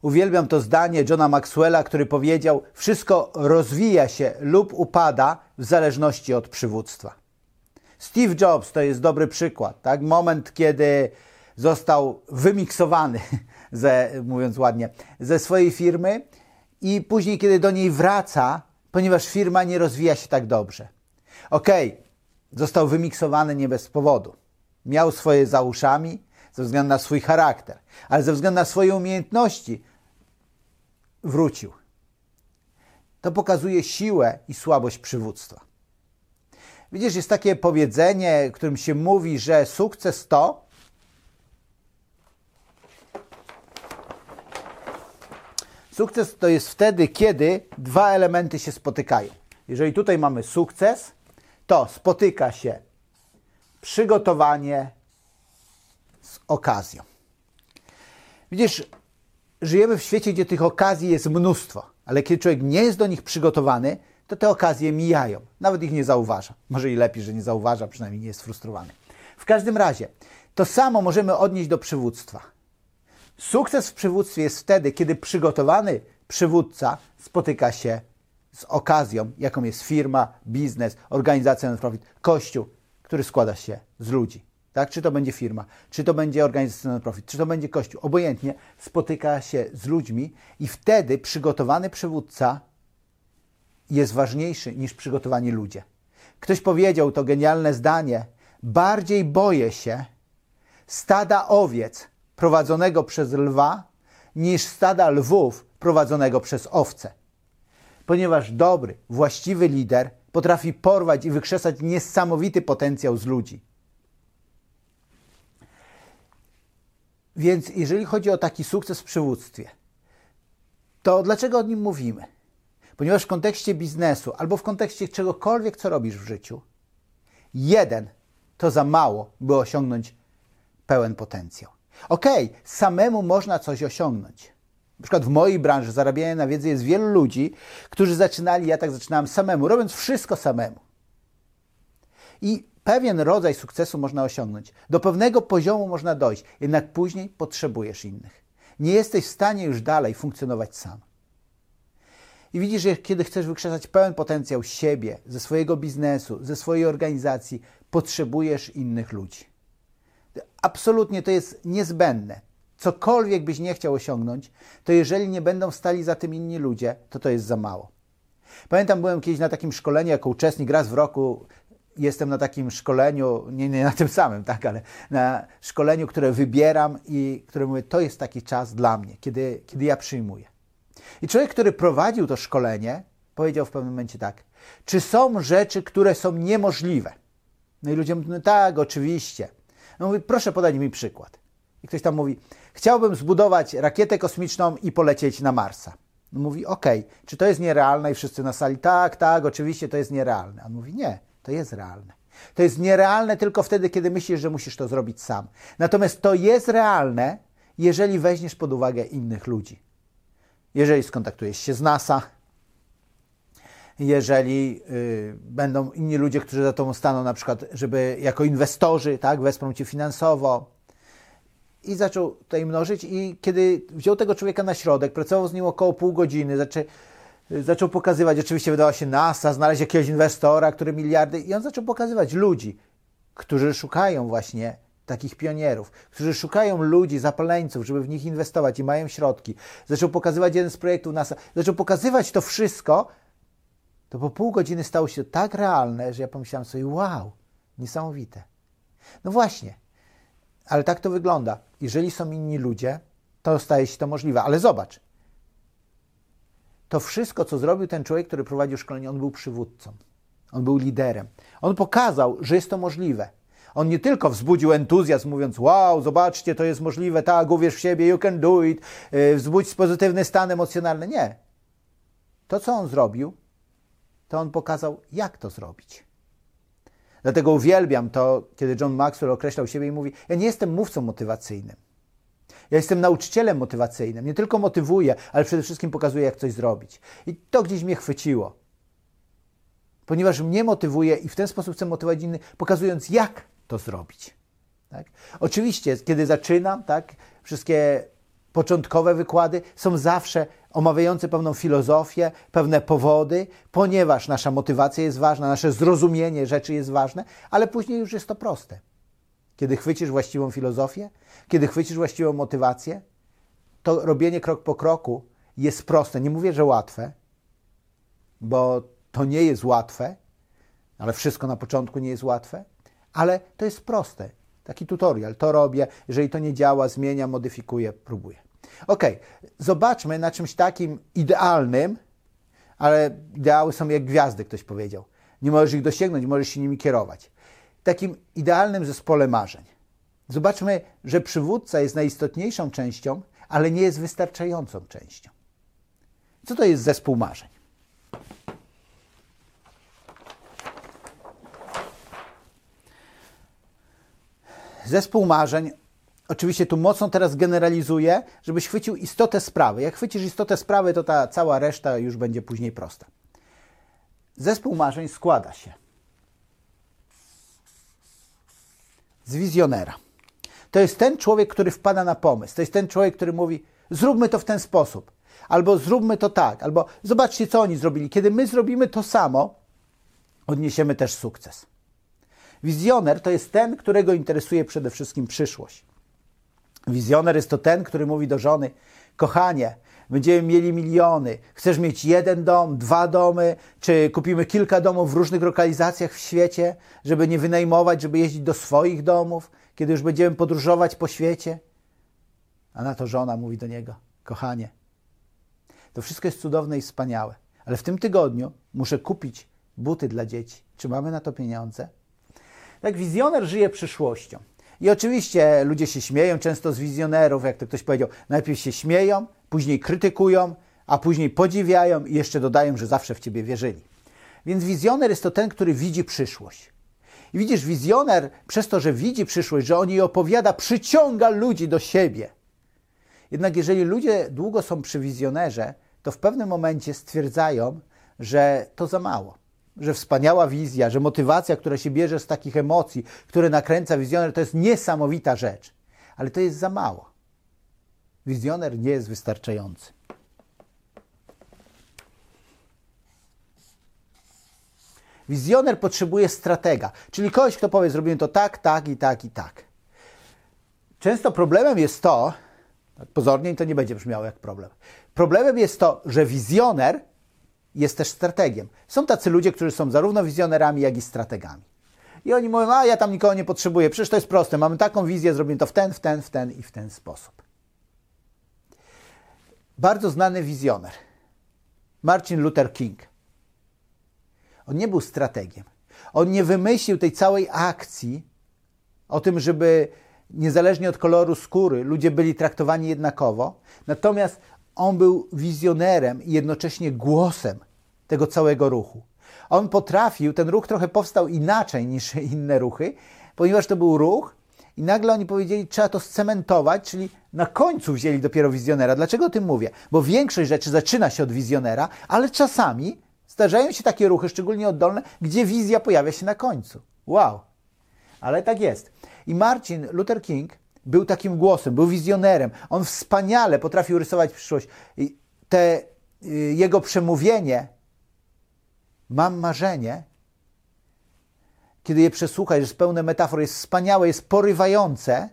Uwielbiam to zdanie Johna Maxwella, który powiedział: wszystko rozwija się lub upada w zależności od przywództwa. Steve Jobs to jest dobry przykład. Tak? Moment, kiedy został wymiksowany, mówiąc ładnie, ze swojej firmy i później, kiedy do niej wraca, ponieważ firma nie rozwija się tak dobrze. Został wymiksowany nie bez powodu. Miał swoje za uszami ze względu na swój charakter, ale ze względu na swoje umiejętności wrócił. To pokazuje siłę i słabość przywództwa. Widzisz, jest takie powiedzenie, którym się mówi, że sukces to jest wtedy, kiedy dwa elementy się spotykają. Jeżeli tutaj mamy sukces, to spotyka się przygotowanie z okazją. Widzisz, żyjemy w świecie, gdzie tych okazji jest mnóstwo, ale kiedy człowiek nie jest do nich przygotowany, to te okazje mijają. Nawet ich nie zauważa. Może i lepiej, że nie zauważa, przynajmniej nie jest frustrowany. W każdym razie, to samo możemy odnieść do przywództwa. Sukces w przywództwie jest wtedy, kiedy przygotowany przywódca spotyka się z okazją, jaką jest firma, biznes, organizacja non-profit, kościół, który składa się z ludzi. Tak? Czy to będzie firma, czy to będzie organizacja non-profit, czy to będzie kościół, obojętnie, spotyka się z ludźmi i wtedy przygotowany przywódca jest ważniejszy niż przygotowani ludzie. Ktoś powiedział to genialne zdanie: bardziej boję się stada owiec prowadzonego przez lwa niż stada lwów prowadzonego przez owce. Ponieważ dobry, właściwy lider potrafi porwać i wykrzesać niesamowity potencjał z ludzi. Więc jeżeli chodzi o taki sukces w przywództwie, to dlaczego o nim mówimy? Ponieważ w kontekście biznesu albo w kontekście czegokolwiek, co robisz w życiu, jeden to za mało, by osiągnąć pełen potencjał. Samemu można coś osiągnąć. Na przykład w mojej branży zarabiania na wiedzy jest wielu ludzi, którzy zaczynali, ja tak zaczynałem samemu, robiąc wszystko samemu. I pewien rodzaj sukcesu można osiągnąć. Do pewnego poziomu można dojść, jednak później potrzebujesz innych. Nie jesteś w stanie już dalej funkcjonować sam. I widzisz, że kiedy chcesz wykrzesać pełen potencjał siebie, ze swojego biznesu, ze swojej organizacji, potrzebujesz innych ludzi. Absolutnie to jest niezbędne. Cokolwiek byś nie chciał osiągnąć, to jeżeli nie będą stali za tym inni ludzie, to jest za mało. Pamiętam, byłem kiedyś na takim szkoleniu jako uczestnik, raz w roku jestem na takim szkoleniu, nie na tym samym, tak, ale na szkoleniu, które wybieram i które mówię, to jest taki czas dla mnie, kiedy ja przyjmuję. I człowiek, który prowadził to szkolenie, powiedział w pewnym momencie tak: czy są rzeczy, które są niemożliwe? No i ludzie mówią, tak, oczywiście. No mówi, proszę podać mi przykład. I ktoś tam mówi, chciałbym zbudować rakietę kosmiczną i polecieć na Marsa. No mówi, czy to jest nierealne? I wszyscy na sali, tak, oczywiście to jest nierealne. A on mówi, nie, to jest realne. To jest nierealne tylko wtedy, kiedy myślisz, że musisz to zrobić sam. Natomiast to jest realne, jeżeli weźmiesz pod uwagę innych ludzi. Jeżeli skontaktujesz się z NASA, jeżeli będą inni ludzie, którzy za tobą staną, na przykład, żeby jako inwestorzy, tak, wesprą cię finansowo. I zaczął tutaj mnożyć i kiedy wziął tego człowieka na środek, pracował z nim około pół godziny, zaczął pokazywać, oczywiście wydała się NASA, znaleźć jakiegoś inwestora, który miliardy, i on zaczął pokazywać ludzi, którzy szukają właśnie takich pionierów, którzy szukają ludzi, zapaleńców, żeby w nich inwestować i mają środki. Zaczął pokazywać jeden z projektów NASA, zaczął pokazywać to wszystko, to po pół godziny stało się tak realne, że ja pomyślałem sobie, wow, niesamowite. No właśnie, ale tak to wygląda. Jeżeli są inni ludzie, to staje się to możliwe. Ale zobacz, to wszystko, co zrobił ten człowiek, który prowadził szkolenie, on był przywódcą. On był liderem. On pokazał, że jest to możliwe. On nie tylko wzbudził entuzjazm, mówiąc, wow, zobaczcie, to jest możliwe, tak, uwierz w siebie, you can do it, wzbudź pozytywny stan emocjonalny. Nie. To, co on zrobił, to on pokazał, jak to zrobić. Dlatego uwielbiam to, kiedy John Maxwell określał siebie i mówi, ja nie jestem mówcą motywacyjnym. Ja jestem nauczycielem motywacyjnym. Nie tylko motywuję, ale przede wszystkim pokazuję, jak coś zrobić. I to gdzieś mnie chwyciło. Ponieważ mnie motywuje i w ten sposób chcę motywować innych, pokazując, jak to zrobić. Tak? Oczywiście, kiedy zaczynam, tak, wszystkie początkowe wykłady są zawsze omawiające pewną filozofię, pewne powody, ponieważ nasza motywacja jest ważna, nasze zrozumienie rzeczy jest ważne, ale później już jest to proste. Kiedy chwycisz właściwą filozofię, kiedy chwycisz właściwą motywację, to robienie krok po kroku jest proste. Nie mówię, że łatwe, bo to nie jest łatwe, ale wszystko na początku nie jest łatwe, ale to jest proste. Taki tutorial, to robię, jeżeli to nie działa, zmieniam, modyfikuję, próbuję. Ok, zobaczmy na czymś takim idealnym, ale ideały są jak gwiazdy, ktoś powiedział. Nie możesz ich dosięgnąć, możesz się nimi kierować. Takim idealnym zespole marzeń. Zobaczmy, że przywódca jest najistotniejszą częścią, ale nie jest wystarczającą częścią. Co to jest zespół marzeń? Zespół marzeń, oczywiście tu mocno teraz generalizuję, żebyś chwycił istotę sprawy. Jak chwycisz istotę sprawy, to ta cała reszta już będzie później prosta. Zespół marzeń składa się z wizjonera. To jest ten człowiek, który wpada na pomysł. To jest ten człowiek, który mówi, zróbmy to w ten sposób. Albo zróbmy to tak. Albo zobaczcie, co oni zrobili. Kiedy my zrobimy to samo, odniesiemy też sukces. Wizjoner to jest ten, którego interesuje przede wszystkim przyszłość. Wizjoner jest to ten, który mówi do żony, kochanie, będziemy mieli miliony, chcesz mieć 1 dom, 2 domy, czy kupimy kilka domów w różnych lokalizacjach w świecie, żeby nie wynajmować, żeby jeździć do swoich domów, kiedy już będziemy podróżować po świecie. A na to żona mówi do niego, kochanie, to wszystko jest cudowne i wspaniałe, ale w tym tygodniu muszę kupić buty dla dzieci. Czy mamy na to pieniądze? Tak, wizjoner żyje przyszłością. I oczywiście ludzie się śmieją często z wizjonerów, jak to ktoś powiedział. Najpierw się śmieją, później krytykują, a później podziwiają i jeszcze dodają, że zawsze w ciebie wierzyli. Więc wizjoner jest to ten, który widzi przyszłość. I widzisz, wizjoner przez to, że widzi przyszłość, że o niej opowiada, przyciąga ludzi do siebie. Jednak jeżeli ludzie długo są przy wizjonerze, to w pewnym momencie stwierdzają, że to za mało. Że wspaniała wizja, że motywacja, która się bierze z takich emocji, które nakręca wizjoner, to jest niesamowita rzecz. Ale to jest za mało. Wizjoner nie jest wystarczający. Wizjoner potrzebuje stratega, czyli kogoś, kto powie, zrobimy to tak, tak i tak i tak. Często problemem jest to, tak pozornie to nie będzie brzmiało jak problem, problemem jest to, że wizjoner jest też strategiem. Są tacy ludzie, którzy są zarówno wizjonerami, jak i strategami. I oni mówią, a ja tam nikogo nie potrzebuję, przecież to jest proste, mamy taką wizję, zrobimy to w ten i w ten sposób. Bardzo znany wizjoner, Martin Luther King. On nie był strategiem. On nie wymyślił tej całej akcji o tym, żeby niezależnie od koloru skóry ludzie byli traktowani jednakowo. Natomiast on był wizjonerem i jednocześnie głosem tego całego ruchu. On potrafił, ten ruch trochę powstał inaczej niż inne ruchy, ponieważ to był ruch i nagle oni powiedzieli, trzeba to scementować, czyli na końcu wzięli dopiero wizjonera. Dlaczego o tym mówię? Bo większość rzeczy zaczyna się od wizjonera, ale czasami zdarzają się takie ruchy, szczególnie oddolne, gdzie wizja pojawia się na końcu. Wow! Ale tak jest. I Martin Luther King był takim głosem, był wizjonerem. On wspaniale potrafił rysować przyszłość. I jego przemówienie, mam marzenie, kiedy je przesłuchasz, jest pełne metafor, jest wspaniałe, jest porywające.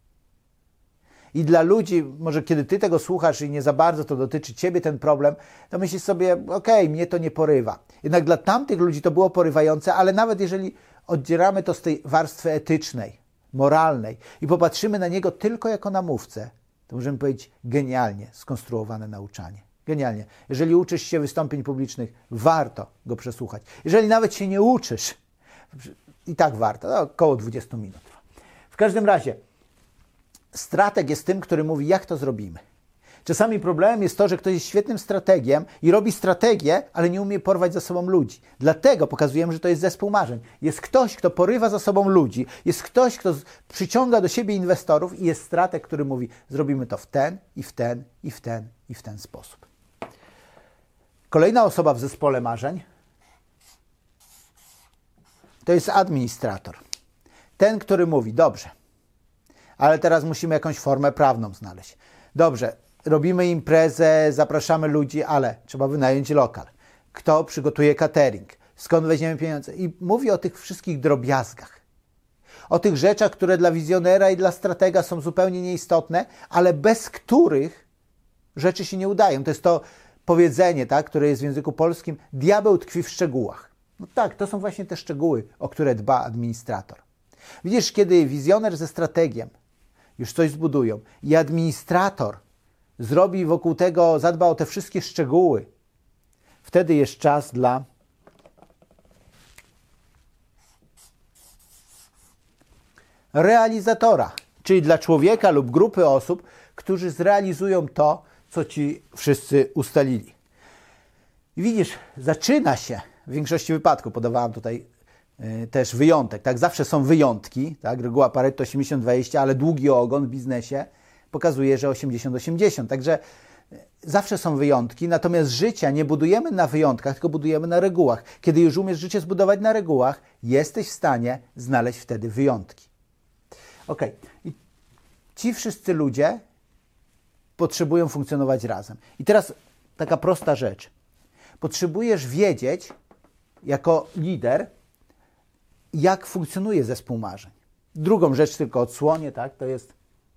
I dla ludzi, może kiedy ty tego słuchasz i nie za bardzo to dotyczy ciebie ten problem, to myślisz sobie, okej, mnie to nie porywa. Jednak dla tamtych ludzi to było porywające, ale nawet jeżeli oddzieramy to z tej warstwy etycznej, moralnej i popatrzymy na niego tylko jako na mówcę, to możemy powiedzieć genialnie skonstruowane nauczanie. Genialnie. Jeżeli uczysz się wystąpień publicznych, warto go przesłuchać. Jeżeli nawet się nie uczysz, i tak warto, no, około 20 minut. W każdym razie, strateg jest tym, który mówi, jak to zrobimy. Czasami problemem jest to, że ktoś jest świetnym strategiem i robi strategię, ale nie umie porwać za sobą ludzi. Dlatego pokazujemy, że to jest zespół marzeń. Jest ktoś, kto porywa za sobą ludzi, jest ktoś, kto przyciąga do siebie inwestorów i jest strateg, który mówi, zrobimy to w ten, i w ten, i w ten, i w ten sposób. Kolejna osoba w zespole marzeń to jest administrator. Ten, który mówi, dobrze, ale teraz musimy jakąś formę prawną znaleźć. Dobrze, robimy imprezę, zapraszamy ludzi, ale trzeba wynająć lokal. Kto przygotuje catering? Skąd weźmiemy pieniądze? I mówi o tych wszystkich drobiazgach. O tych rzeczach, które dla wizjonera i dla stratega są zupełnie nieistotne, ale bez których rzeczy się nie udają. To jest to powiedzenie, tak, które jest w języku polskim: diabeł tkwi w szczegółach. No tak, to są właśnie te szczegóły, o które dba administrator. Widzisz, kiedy wizjoner ze strategiem już coś zbudują i administrator zrobi wokół tego, zadba o te wszystkie szczegóły, wtedy jest czas dla realizatora, czyli dla człowieka lub grupy osób, którzy zrealizują to, co ci wszyscy ustalili. I widzisz, zaczyna się w większości wypadków, podawałem tutaj też wyjątek, tak? Zawsze są wyjątki, tak? Reguła Pareto 80-20, ale długi ogon w biznesie pokazuje, że 80-80, także zawsze są wyjątki, natomiast życia nie budujemy na wyjątkach, tylko budujemy na regułach. Kiedy już umiesz życie zbudować na regułach, jesteś w stanie znaleźć wtedy wyjątki. Ok, i ci wszyscy ludzie potrzebują funkcjonować razem. I teraz taka prosta rzecz. Potrzebujesz wiedzieć, jako lider, jak funkcjonuje zespół marzeń. Drugą rzecz tylko odsłonię, tak, to jest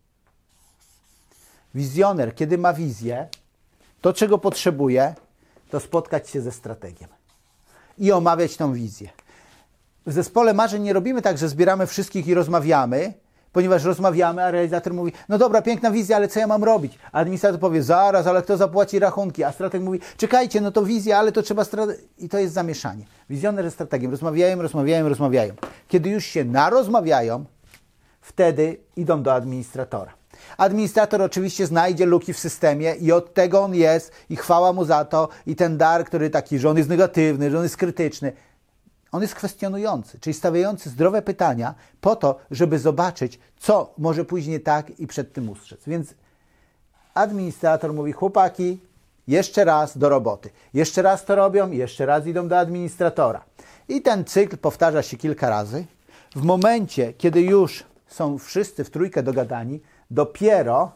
wizjoner, kiedy ma wizję, to czego potrzebuje, to spotkać się ze strategiem i omawiać tą wizję. W zespole marzeń nie robimy tak, że zbieramy wszystkich i rozmawiamy, ponieważ rozmawiamy, a realizator mówi: no dobra, piękna wizja, ale co ja mam robić? A administrator powie: zaraz, ale kto zapłaci rachunki? A strateg mówi: czekajcie, no to wizja, ale to trzeba... I to jest zamieszanie. Wizjoner ze strategiem rozmawiają. Kiedy już się narozmawiają, wtedy idą do administratora. Administrator oczywiście znajdzie luki w systemie i od tego on jest i chwała mu za to i ten dar, który taki, że on jest negatywny, że on jest krytyczny, on jest kwestionujący, czyli stawiający zdrowe pytania po to, żeby zobaczyć, co może pójść nie tak i przed tym ustrzec. Więc administrator mówi: chłopaki, jeszcze raz do roboty. Jeszcze raz to robią, jeszcze raz idą do administratora. I ten cykl powtarza się kilka razy. W momencie, kiedy już są wszyscy w trójkę dogadani, dopiero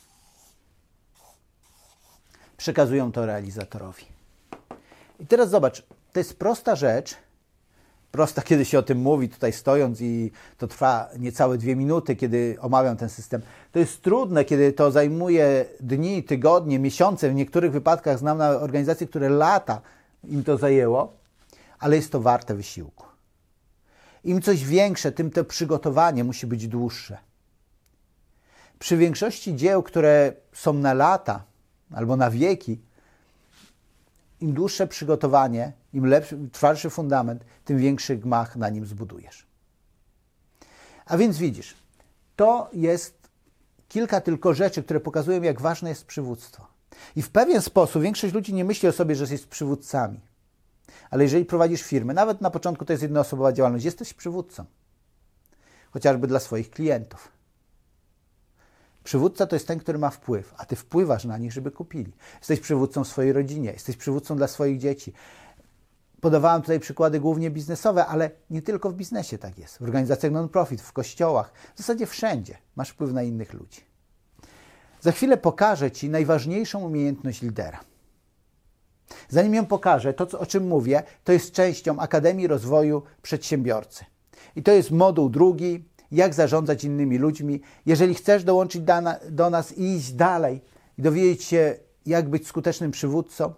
przekazują to realizatorowi. I teraz zobacz, to jest prosta rzecz, prosta, kiedy się o tym mówi, tutaj stojąc, i to trwa niecałe 2 minuty, kiedy omawiam ten system. To jest trudne, kiedy to zajmuje dni, tygodnie, miesiące. W niektórych wypadkach znam na organizacje, które lata im to zajęło, ale jest to warte wysiłku. Im coś większe, tym to przygotowanie musi być dłuższe. Przy większości dzieł, które są na lata albo na wieki, im dłuższe przygotowanie, im lepszy, twardszy fundament, tym większy gmach na nim zbudujesz. A więc widzisz, to jest kilka tylko rzeczy, które pokazują, jak ważne jest przywództwo. I w pewien sposób większość ludzi nie myśli o sobie, że jest przywódcami. Ale jeżeli prowadzisz firmę, nawet na początku to jest jednoosobowa działalność, jesteś przywódcą. Chociażby dla swoich klientów. Przywódca to jest ten, który ma wpływ, a ty wpływasz na nich, żeby kupili. Jesteś przywódcą w swojej rodzinie, jesteś przywódcą dla swoich dzieci. Podawałem tutaj przykłady głównie biznesowe, ale nie tylko w biznesie tak jest. W organizacjach non-profit, w kościołach, w zasadzie wszędzie masz wpływ na innych ludzi. Za chwilę pokażę Ci najważniejszą umiejętność lidera. Zanim ją pokażę, to o czym mówię, to jest częścią Akademii Rozwoju Przedsiębiorcy. I to jest moduł 2, jak zarządzać innymi ludźmi. Jeżeli chcesz dołączyć do nas i iść dalej i dowiedzieć się, jak być skutecznym przywódcą,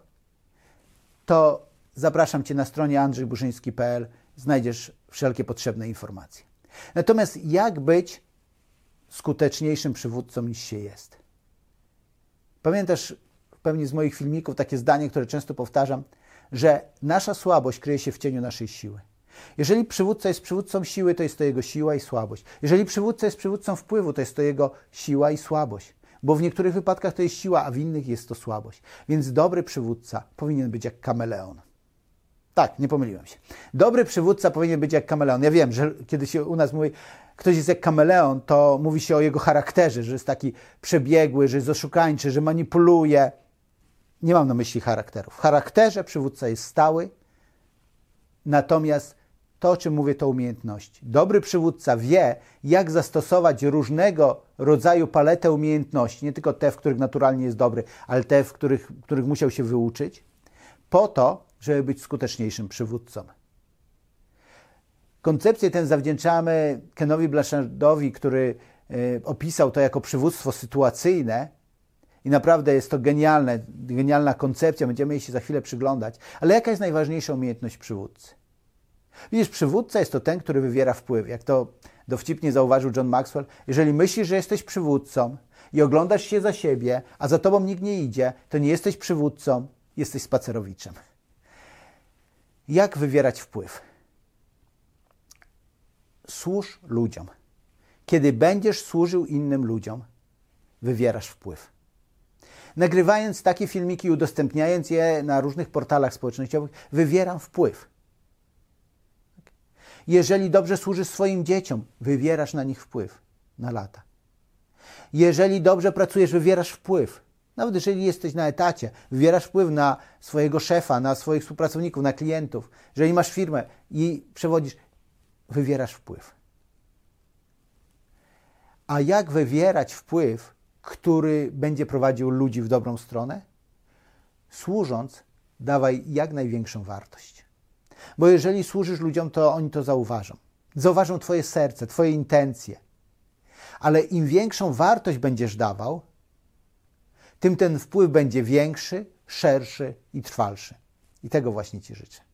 to zapraszam Cię na stronie andrzejburzyński.pl. Znajdziesz wszelkie potrzebne informacje. Natomiast jak być skuteczniejszym przywódcą niż się jest? Pamiętasz pewnie z moich filmików takie zdanie, które często powtarzam, że nasza słabość kryje się w cieniu naszej siły. Jeżeli przywódca jest przywódcą siły, to jest to jego siła i słabość. Jeżeli przywódca jest przywódcą wpływu, to jest to jego siła i słabość. Bo w niektórych wypadkach to jest siła, a w innych jest to słabość. Więc dobry przywódca powinien być jak kameleon. Tak, nie pomyliłem się. Dobry przywódca powinien być jak kameleon. Ja wiem, że kiedy się u nas mówi, ktoś jest jak kameleon, to mówi się o jego charakterze, że jest taki przebiegły, że jest oszukańczy, że manipuluje. Nie mam na myśli charakteru. W charakterze przywódca jest stały, natomiast to, o czym mówię, to umiejętności. Dobry przywódca wie, jak zastosować różnego rodzaju paletę umiejętności, nie tylko te, w których naturalnie jest dobry, ale te, w których musiał się wyuczyć, po to, żeby być skuteczniejszym przywódcą. Koncepcję tę zawdzięczamy Kenowi Blanchardowi, który opisał to jako przywództwo sytuacyjne i naprawdę jest to genialna koncepcja, będziemy jej się za chwilę przyglądać. Ale jaka jest najważniejsza umiejętność przywódcy? Widzisz, przywódca jest to ten, który wywiera wpływ. Jak to dowcipnie zauważył John Maxwell, jeżeli myślisz, że jesteś przywódcą i oglądasz się za siebie, a za tobą nikt nie idzie, to nie jesteś przywódcą, jesteś spacerowiczem. Jak wywierać wpływ? Służ ludziom. Kiedy będziesz służył innym ludziom, wywierasz wpływ. Nagrywając takie filmiki i udostępniając je na różnych portalach społecznościowych, wywieram wpływ. Jeżeli dobrze służysz swoim dzieciom, wywierasz na nich wpływ na lata. Jeżeli dobrze pracujesz, wywierasz wpływ. Nawet jeżeli jesteś na etacie, wywierasz wpływ na swojego szefa, na swoich współpracowników, na klientów. Jeżeli masz firmę i przewodzisz, wywierasz wpływ. A jak wywierać wpływ, który będzie prowadził ludzi w dobrą stronę? Służąc, dawaj jak największą wartość. Bo jeżeli służysz ludziom, to oni to zauważą. Zauważą twoje serce, twoje intencje. Ale im większą wartość będziesz dawał, tym ten wpływ będzie większy, szerszy i trwalszy. I tego właśnie ci życzę.